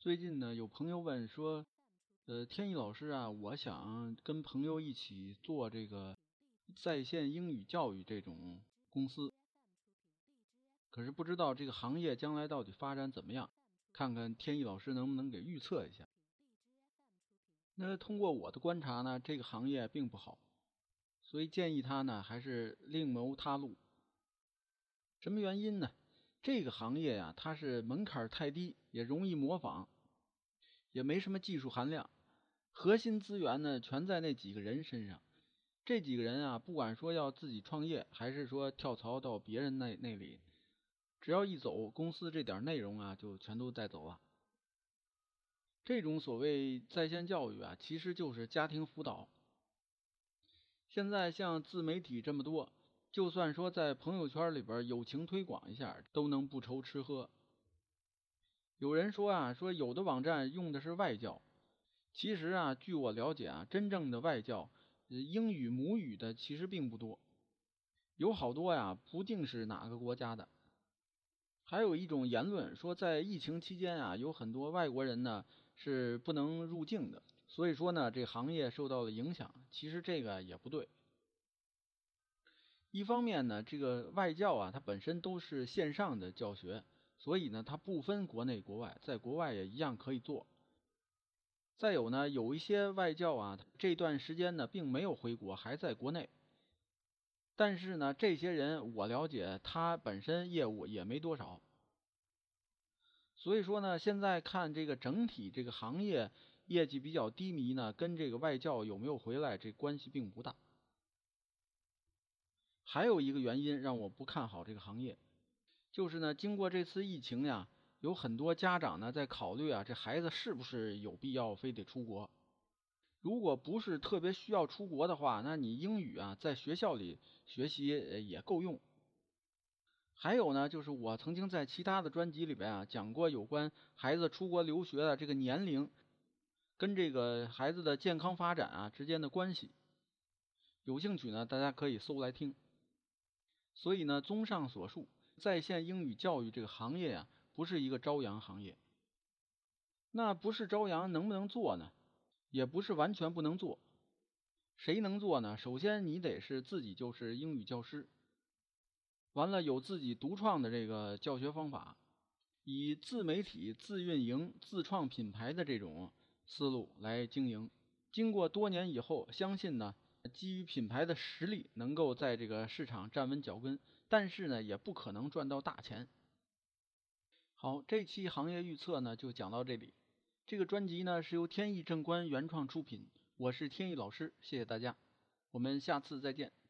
最近呢，有朋友问说，天意老师啊，我想跟朋友一起做这个在线英语教育这种公司，可是不知道这个行业将来到底发展怎么样，看看天意老师能不能给预测一下。那通过我的观察呢，这个行业并不好，所以建议他呢还是另谋他路。什么原因呢？这个行业呀，它是门槛太低，也容易模仿，也没什么技术含量，核心资源呢全在那几个人身上。这几个人啊，不管说要自己创业，还是说跳槽到别人那里，只要一走，公司这点内容啊就全都带走了。这种所谓在线教育啊，其实就是家庭辅导。现在像自媒体这么多，就算说在朋友圈里边友情推广一下，都能不愁吃喝。有人说啊，说有的网站用的是外教，其实啊，据我了解啊，真正的外教，英语母语的其实并不多，有好多呀，不定是哪个国家的。还有一种言论说，在疫情期间啊，有很多外国人呢是不能入境的，所以说呢，这行业受到了影响。其实这个也不对。一方面呢，这个外教啊，它本身都是线上的教学，所以呢，它不分国内国外，在国外也一样可以做。再有呢，有一些外教啊，这段时间呢并没有回国，还在国内。但是呢，这些人我了解，他本身业务也没多少。所以说呢，现在看这个整体这个行业业绩比较低迷呢，跟这个外教有没有回来这关系并不大。还有一个原因让我不看好这个行业，就是呢，经过这次疫情呀，有很多家长呢在考虑啊，这孩子是不是有必要非得出国？如果不是特别需要出国的话，那你英语啊在学校里学习也够用。还有呢，就是我曾经在其他的专辑里边啊讲过有关孩子出国留学的这个年龄跟这个孩子的健康发展啊之间的关系。有兴趣呢，大家可以搜来听。所以呢，综上所述，在线英语教育这个行业啊，不是一个朝阳行业。那不是朝阳，能不能做呢？也不是完全不能做。谁能做呢？首先你得是自己就是英语教师，完了有自己独创的这个教学方法，以自媒体、自运营、自创品牌的这种思路来经营。经过多年以后，相信呢，基于品牌的实力，能够在这个市场站稳脚跟，但是呢，也不可能赚到大钱。好，这期行业预测呢就讲到这里。这个专辑呢是由天意正观原创出品，我是天意老师，谢谢大家，我们下次再见。